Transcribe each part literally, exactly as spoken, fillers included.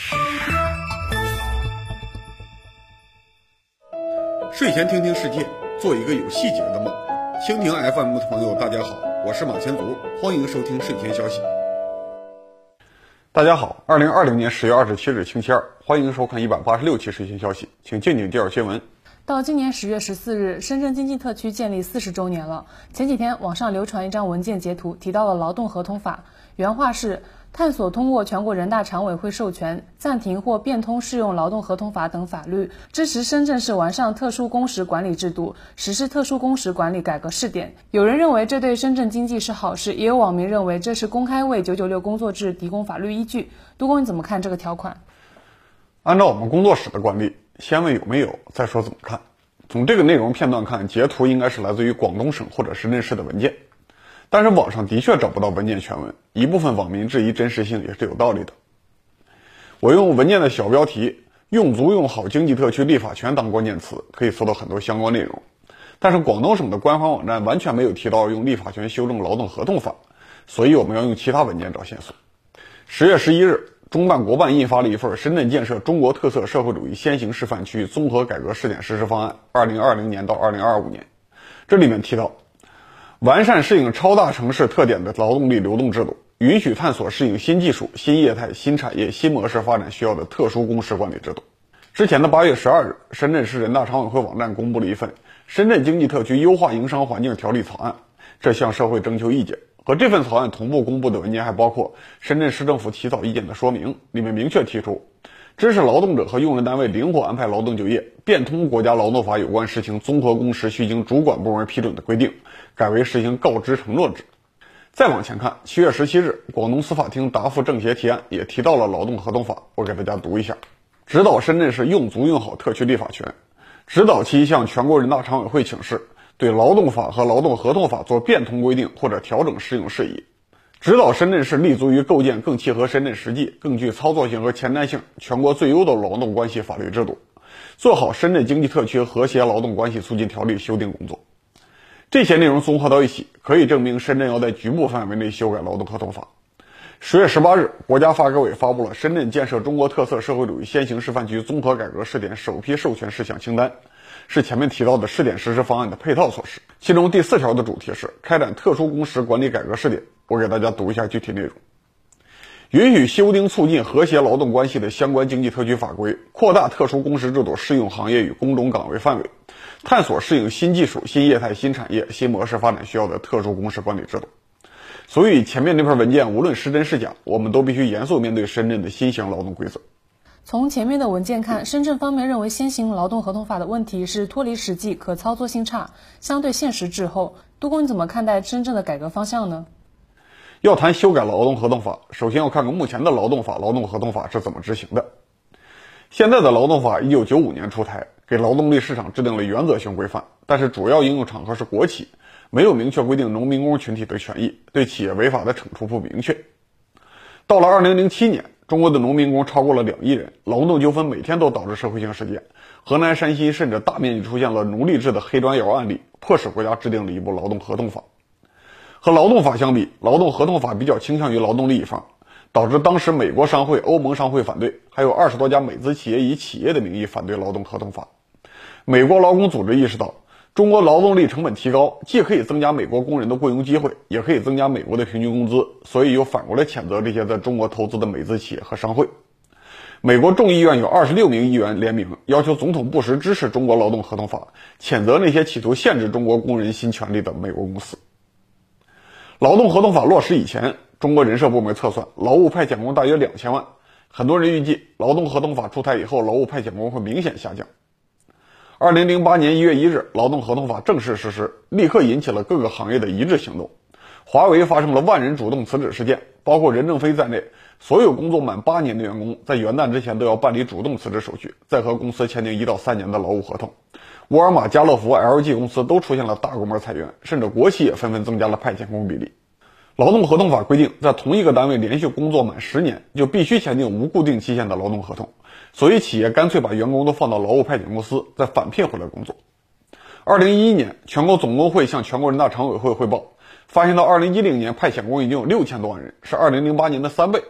睡前听听世界，做一个有细节的梦。蜻蜓 F M 的朋友，大家好，我是马前卒，欢迎收听睡前消息。大家好，二零二零年十月二十七日星期二，欢迎收看一百八十六期睡前消息，请静静介绍新闻。 到今年十月十四日，深圳经济特区建立四十周年了。前几天网上流传一张文件截图，提到了劳动合同法，原话是：探索通过全国人大常委会授权暂停或变通适用劳动合同法等法律，支持深圳市完善特殊工时管理制度，实施特殊工时管理改革试点。有人认为这对深圳经济是好事，也有网民认为这是公开为九九六工作制提供法律依据。杜工，你怎么看这个条款？ 按照我们工作室的惯例，先问有没有，再说怎么看。从这个内容片段看，截图应该是来自于广东省或者深圳市的文件，但是网上的确找不到文件全文，一部分网民质疑真实性也是有道理的。我用文件的小标题用足用好经济特区立法权当关键词，可以搜到很多相关内容，但是广东省的官方网站完全没有提到用立法权修正劳动合同法，所以我们要用其他文件找线索。十月十一日，中办国办印发了一份《深圳建设中国特色社会主义先行示范区综合改革试点实施方案（二零二零年到二零二五年）。这里面提到，完善适应超大城市特点的劳动力流动制度，允许探索适应新技术、新业态、新产业、新模式发展需要的特殊工时管理制度。之前的八月十二日，深圳市人大常委会网站公布了一份《深圳经济特区优化营商环境条例草案》，这向社会征求意见。和这份草案同步公布的文件还包括深圳市政府起草意见的说明，里面明确提出支持劳动者和用人单位灵活安排劳动就业，变通国家劳动法有关实行综合工时需经主管部门批准的规定，改为实行告知承诺制。再往前看，七月十七日，广东司法厅答复政协提案也提到了劳动合同法，我给大家读一下：指导深圳市用足用好特区立法权，指导其向全国人大常委会请示，对劳动法和劳动合同法做变通规定或者调整适用事宜，指导深圳市立足于构建更契合深圳实际、更具操作性和前瞻性、全国最优的劳动关系法律制度，做好深圳经济特区和谐劳动关系促进条例修订工作。这些内容综合到一起，可以证明深圳要在局部范围内修改劳动合同法。十月十八日，国家发改委发布了深圳建设中国特色社会主义先行示范区综合改革试点首批授权事项清单，是前面提到的试点实施方案的配套措施。其中第四条的主题是开展特殊工时管理改革试点，我给大家读一下具体内容：允许修订促进和谐劳动关系的相关经济特区法规，扩大特殊工时制度适用行业与工种岗位范围，探索适应新技术、新业态、新产业、新模式发展需要的特殊工时管理制度。所以前面这份文件无论是真是假，我们都必须严肃面对深圳的新型劳动规则。 从前面的文件看，深圳方面认为先行劳动合同法的问题是脱离实际，可操作性差，相对现实滞后。杜工，你怎么看待真正的改革方向呢？ 要谈修改劳动合同法，首先要看看目前的劳动法、劳动合同法是怎么执行的。现在的劳动法一九九五年出台，给劳动力市场制定了原则性规范，但是主要应用场合是国企，没有明确规定农民工群体的权益，对企业违法的惩处不明确。到了二零零七年，中国的农民工超过了两亿人，劳动纠纷每天都导致社会性事件，河南、山西甚至大面积出现了奴隶制的黑砖窑案例，迫使国家制定了一部劳动合同法。和劳动法相比，劳动合同法比较倾向于劳动利益方，导致当时美国商会、欧盟商会反对，还有二十多家美资企业以企业的名义反对劳动合同法。美国劳工组织意识到中国劳动力成本提高，既可以增加美国工人的雇佣机会，也可以增加美国的平均工资，所以又反过来谴责这些在中国投资的美资企业和商会。美国众议院有二十六名议员联名要求总统布什支持中国劳动合同法，谴责那些企图限制中国工人新权利的美国公司。劳动合同法落实以前，中国人社部门测算劳务派遣工大约两千万，很多人预计劳动合同法出台以后，劳务派遣工会明显下降。二零零八年一月一日，劳动合同法正式实施，立刻引起了各个行业的一致行动。华为发生了万人主动辞职事件，包括任正非在内，所有工作满八年的员工在元旦之前都要办理主动辞职手续，再和公司签订一到三年的劳务合同。沃尔玛、家乐福、L G 公司都出现了大规模裁员，甚至国企也纷纷增加了派遣工比例。劳动合同法规定，在同一个单位连续工作满十年，就必须签订无固定期限的劳动合同，所以企业干脆把员工都放到劳务派遣公司，再返聘回来工作。二零一一年，全国总工会向全国人大常委会汇报，发现到二零一零年派遣工已经有六千多万人，是二零零八年的三倍。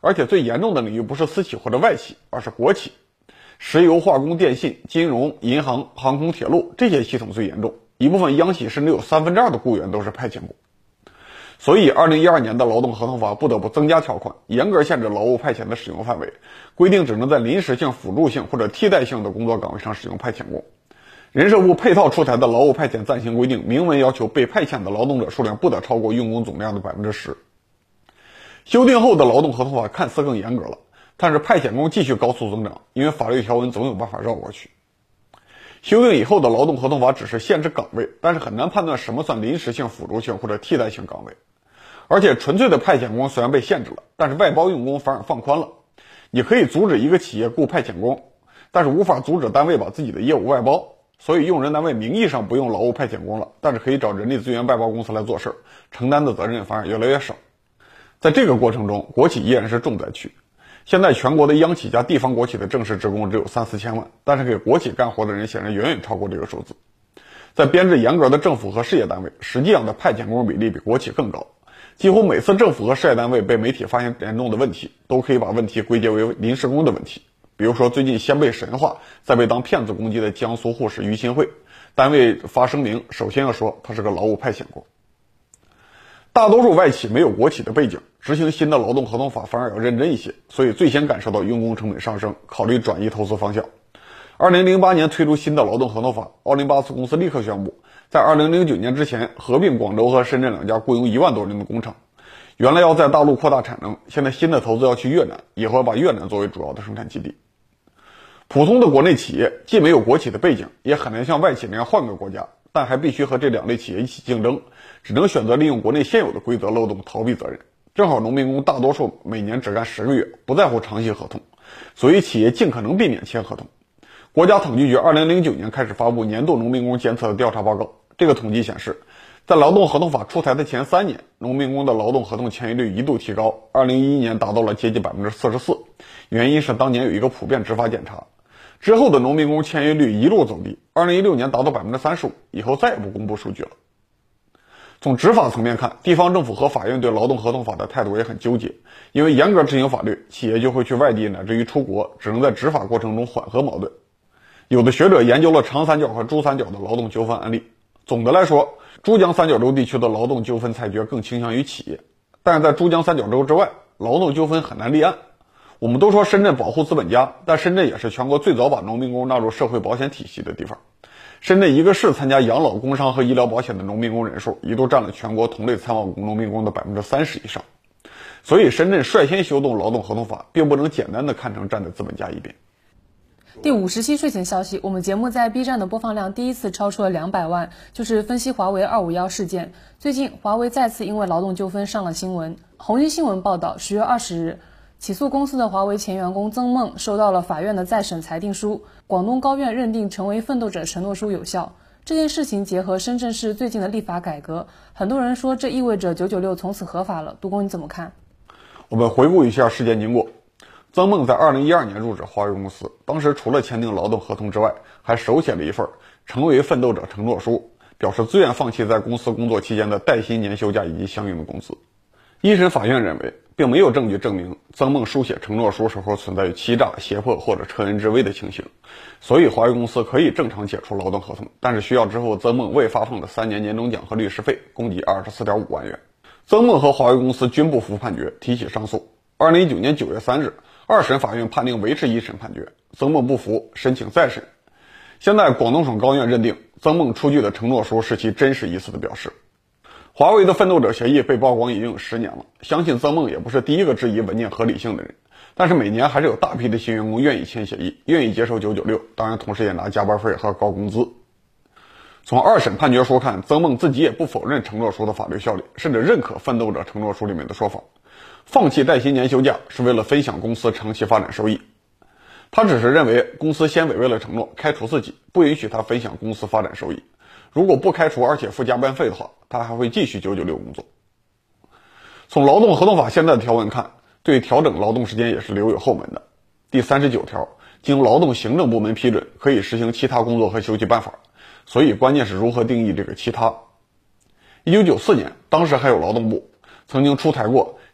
而且最严重的领域不是私企或者外企，而是国企。石油、化工、电信、金融、银行、航空、铁路这些系统最严重，一部分央企甚至有三分之二的雇员都是派遣工。所以二零一二年的劳动合同法不得不增加条款，严格限制劳务派遣的使用范围，规定只能在临时性、辅助性或者替代性的工作岗位上使用派遣工。人社部配套出台的劳务派遣暂行规定明文要求被派遣的劳动者数量不得超过用工总量的 百分之十。 修订后的劳动合同法看似更严格了，但是派遣工继续高速增长，因为法律条文总有办法绕过去。修订以后的劳动合同法只是限制岗位，但是很难判断什么算临时性、辅助性或者替代性岗位。而且纯粹的派遣工虽然被限制了，但是外包用工反而放宽了。你可以阻止一个企业雇派遣工，但是无法阻止单位把自己的业务外包。所以用人单位名义上不用劳务派遣工了，但是可以找人力资源外包公司来做事，承担的责任反而越来越少。在这个过程中，国企依然是重灾区。现在全国的央企加地方国企的正式职工只有三四千万，但是给国企干活的人显然远远超过这个数字。在编制严格的政府和事业单位，实际上的派遣工比例比国企更高。几乎每次政府和事业单位被媒体发现严重的问题，都可以把问题归结为临时工的问题。比如说最近先被神化再被当骗子攻击的江苏护士于新慧，单位发声明首先要说他是个劳务派遣工。大多数外企没有国企的背景，执行新的劳动合同法反而要认真一些，所以最先感受到用工成本上升，考虑转移投资方向。二零零八年推出新的劳动合同法，奥林巴斯公司立刻宣布在二零零九年之前合并广州和深圳两家雇佣一万多人的工厂。原来要在大陆扩大产能，现在新的投资要去越南，以后要把越南作为主要的生产基地。普通的国内企业既没有国企的背景，也很难像外企那样换个国家，但还必须和这两类企业一起竞争，只能选择利用国内现有的规则漏洞逃避责任。正好农民工大多数每年只干十个月，不在乎长期合同，所以企业尽可能避免签合同。国家统计局二零零九年开始发布年度农民工监测的调查报告，这个统计显示，在劳动合同法出台的前三年，农民工的劳动合同签约率一度提高，二零一一年达到了接近 百分之四十四， 原因是当年有一个普遍执法检查。之后的农民工签约率一路走低，二零一六年达到 百分之三十五， 以后再也不公布数据了。从执法层面看，地方政府和法院对劳动合同法的态度也很纠结，因为严格执行法律，企业就会去外地乃至于出国，只能在执法过程中缓和矛盾。有的学者研究了长三角和珠三角的劳动纠纷案例，总的来说，珠江三角洲地区的劳动纠纷裁决更倾向于企业，但是在珠江三角洲之外，劳动纠纷很难立案。我们都说深圳保护资本家，但深圳也是全国最早把农民工纳入社会保险体系的地方。深圳一个市参加养老、工伤和医疗保险的农民工人数一度占了全国同类参保农民工的 百分之三十 以上。所以深圳率先修订劳动合同法，并不能简单的看成站在资本家一边。 第五十期睡前消息，我们节目在 B 站的播放量第一次超出了两百万，就是分析华为二五一事件。最近华为再次因为劳动纠纷上了新闻。红星新闻报道，十月二十日，起诉公司的华为前员工曾梦收到了法院的再审裁定书，广东高院认定成为奋斗者承诺书有效。这件事情结合深圳市最近的立法改革，很多人说这意味着九九六从此合法了。杜工你怎么看？ 我们回顾一下事件经过。曾梦在二零一二年入职华为公司，当时除了签订劳动合同之外，还手写了一份成为奋斗者承诺书，表示自愿放弃在公司工作期间的带薪年休假以及相应的工资。一审法院认为，并没有证据证明曾梦书写承诺书时候存在于欺诈、胁迫或者撤恩之危的情形，所以华为公司可以正常解除劳动合同，但是需要支付曾梦未发放的三年年终奖和律师费，共计 二十四点五万元。曾梦和华为公司均不服判决，提起上诉。二零一九年九月三日，二审法院判令维持一审判决，曾梦不服，申请再审。现在广东省高院认定曾梦出具的承诺书是其真实意思的表示。华为的奋斗者协议被曝光已经有十年了，相信曾梦也不是第一个质疑文件合理性的人，但是每年还是有大批的新员工愿意签协议，愿意接受九九六，当然同时也拿加班费和高工资。从二审判决书看，曾梦自己也不否认承诺书的法律效力，甚至认可奋斗者承诺书里面的说法，放弃带薪年休假是为了分享公司长期发展收益。他只是认为公司先违背了承诺，开除自己，不允许他分享公司发展收益。如果不开除而且付加班费的话，他还会继续九九六工作。从劳动合同法现在的条文看，对调整劳动时间也是留有后门的。第三十九条，经劳动行政部门批准，可以实行其他工作和休息办法。所以关键是如何定义这个其他。一九九四年，当时还有劳动部曾经出台过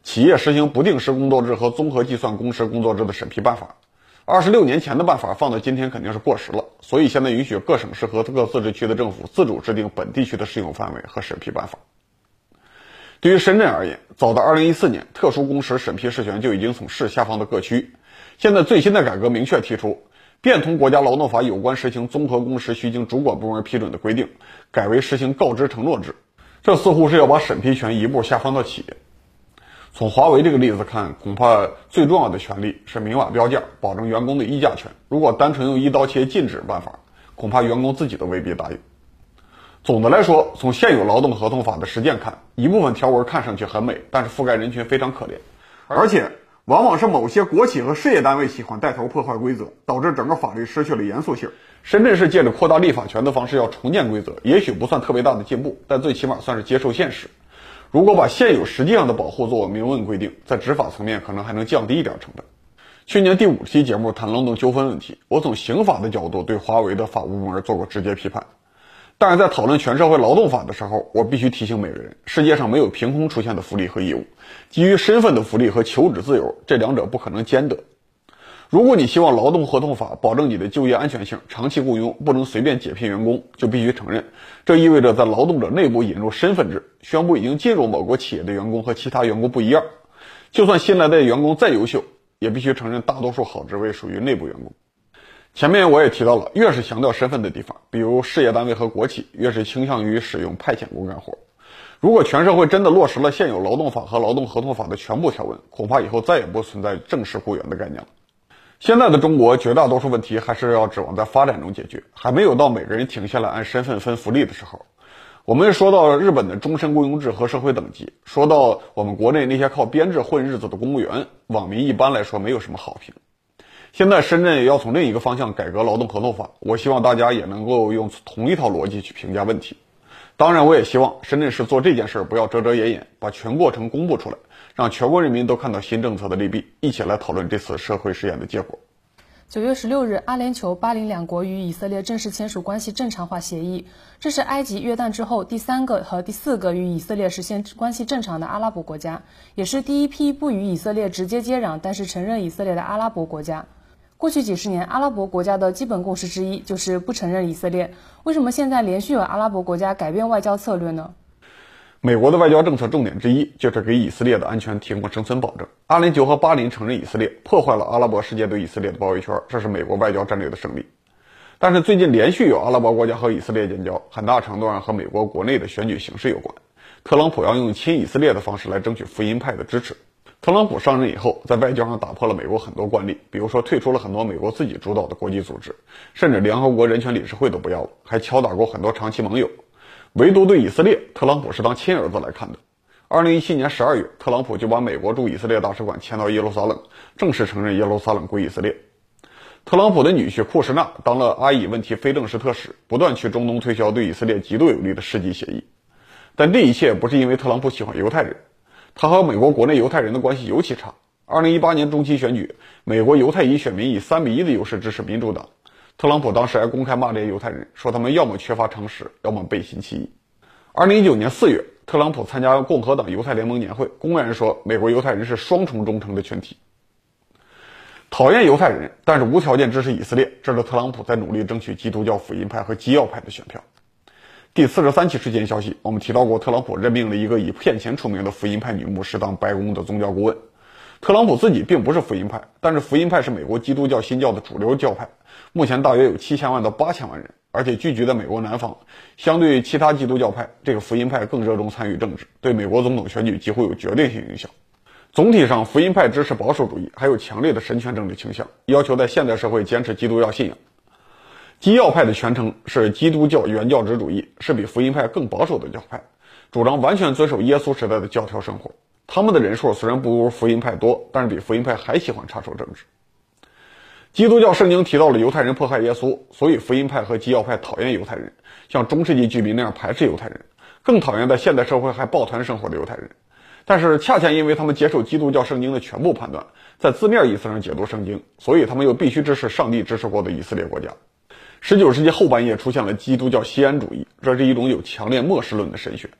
企业实行不定时工作制和综合计算工时工作制的审批办法。二十六年前的办法放到今天肯定是过时了，所以现在允许各省市和各自治区的政府自主制定本地区的适用范围和审批办法。对于深圳而言，早在二零一四年，特殊工时审批事权就已经从市下放到各区。现在最新的改革明确提出，变通国家劳动法有关实行综合工时需经主管部门批准的规定，改为实行告知承诺制。这似乎是要把审批权一步下放到企业。从华为这个例子看，恐怕最重要的权利是明码标价，保证员工的议价权。如果单纯用一刀切禁止办法，恐怕员工自己都未必答应。总的来说，从现有劳动合同法的实践看，一部分条文看上去很美，但是覆盖人群非常可怜，而且往往是某些国企和事业单位喜欢带头破坏规则，导致整个法律失去了严肃性。深圳市借着扩大立法权的方式要重建规则，也许不算特别大的进步，但最起码算是接受现实。如果把现有实际上的保护作为明文规定，在执法层面可能还能降低一点成本。去年第五期节目谈劳动纠纷问题，我从刑法的角度对华为的法务部门做过直接批判。但是在讨论全社会劳动法的时候，我必须提醒每个人，世界上没有凭空出现的福利和义务，基于身份的福利和求职自由，这两者不可能兼得。如果你希望劳动合同法保证你的就业安全性，长期雇佣不能随便解聘员工，就必须承认，这意味着在劳动者内部引入身份制，宣布已经进入某国企业的员工和其他员工不一样。就算新来的员工再优秀，也必须承认大多数好职位属于内部员工。前面我也提到了，越是强调身份的地方，比如事业单位和国企，越是倾向于使用派遣工干活。如果全社会真的落实了现有劳动法和劳动合同法的全部条文，恐怕以后再也不存在正式雇员的概念了。现在的中国绝大多数问题还是要指望在发展中解决，还没有到每个人停下来按身份分福利的时候。我们说到日本的终身雇佣制和社会等级，说到我们国内那些靠编制混日子的公务员，网民一般来说没有什么好评。现在深圳也要从另一个方向改革劳动合同法，我希望大家也能够用同一套逻辑去评价问题。当然我也希望深圳市做这件事不要遮遮掩掩，把全过程公布出来，让全国人民都看到新政策的利弊，一起来讨论这次社会实验的结果。 九月十六日，阿联酋、巴林两国与以色列正式签署关系正常化协议，这是埃及、约旦之后第三个和第四个与以色列实现关系正常的阿拉伯国家，也是第一批不与以色列直接接壤但是承认以色列的阿拉伯国家。过去几十年，阿拉伯国家的基本共识之一就是不承认以色列。为什么现在连续有阿拉伯国家改变外交策略呢？ 美国的外交政策重点之一就是给以色列的安全提供生存保证。阿联酋和巴林承认以色列，破坏了阿拉伯世界对以色列的包围圈，这是美国外交战略的胜利。但是最近连续有阿拉伯国家和以色列建交，很大程度上和美国国内的选举形势有关。特朗普要用亲以色列的方式来争取福音派的支持。特朗普上任以后，在外交上打破了美国很多惯例，比如说退出了很多美国自己主导的国际组织，甚至联合国人权理事会都不要了，还敲打过很多长期盟友。唯独对以色列，特朗普是当亲儿子来看的。二零一七年十二月，特朗普就把美国驻以色列大使馆迁到耶路撒冷，正式承认耶路撒冷归以色列。特朗普的女婿库什纳当了阿以问题非正式特使，不断去中东推销对以色列极度有利的世纪协议。但这一切不是因为特朗普喜欢犹太人，他和美国国内犹太人的关系尤其差。二零一八年中期选举，美国犹太裔选民以三比一的优势支持民主党。特朗普当时还公开骂这些犹太人，说他们要么缺乏常识，要么背信弃义。二零一九年四月，特朗普参加共和党犹太联盟年会，公然说美国犹太人是双重忠诚的群体。讨厌犹太人，但是无条件支持以色列，这是特朗普在努力争取基督教福音派和基要派的选票。第四十三期事件消息，我们提到过，特朗普任命了一个以骗钱出名的福音派女牧师当白宫的宗教顾问。特朗普自己并不是福音派，但是福音派是美国基督教新教的主流教派，目前大约有七千万到八千万人，而且聚集在美国南方。相对于其他基督教派，这个福音派更热衷参与政治，对美国总统选举几乎有决定性影响。总体上，福音派支持保守主义，还有强烈的神权政治倾向，要求在现代社会坚持基督教信仰。基要派的全称是基督教原教旨主义，是比福音派更保守的教派，主张完全遵守耶稣时代的教条生活。他们的人数虽然不如福音派多，但是比福音派还喜欢插手政治。基督教圣经提到了犹太人迫害耶稣，所以福音派和基要派讨厌犹太人，像中世纪居民那样排斥犹太人，更讨厌在现代社会还抱团生活的犹太人。但是恰恰因为他们接受基督教圣经的全部判断，在字面意思上解读圣经，所以他们又必须支持上帝支持过的以色列国家。十九世纪后半叶出现了基督教锡安主义，这是一种有强烈末世论的神学。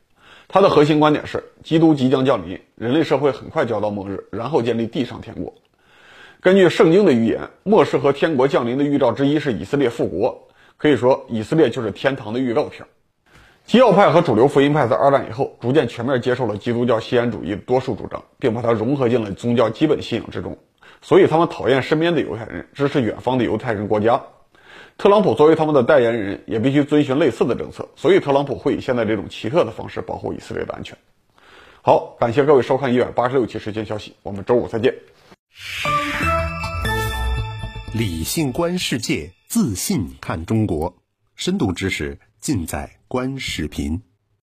他的核心观点是，基督即将降临，人类社会很快就要到末日，然后建立地上天国。根据圣经的预言，末世和天国降临的预兆之一是以色列复国，可以说以色列就是天堂的预告片。基要派和主流福音派在二战以后逐渐全面接受了基督教西安主义的多数主张，并把它融合进了宗教基本信仰之中，所以他们讨厌身边的犹太人，支持远方的犹太人国家。特朗普作为他们的代言人，也必须遵循类似的政策，所以特朗普会以现在这种奇特的方式保护以色列的安全。好，感谢各位收看一百八十六期时间消息，我们周五再见。 理性观世界，自信看中国，深度知识尽在观视频。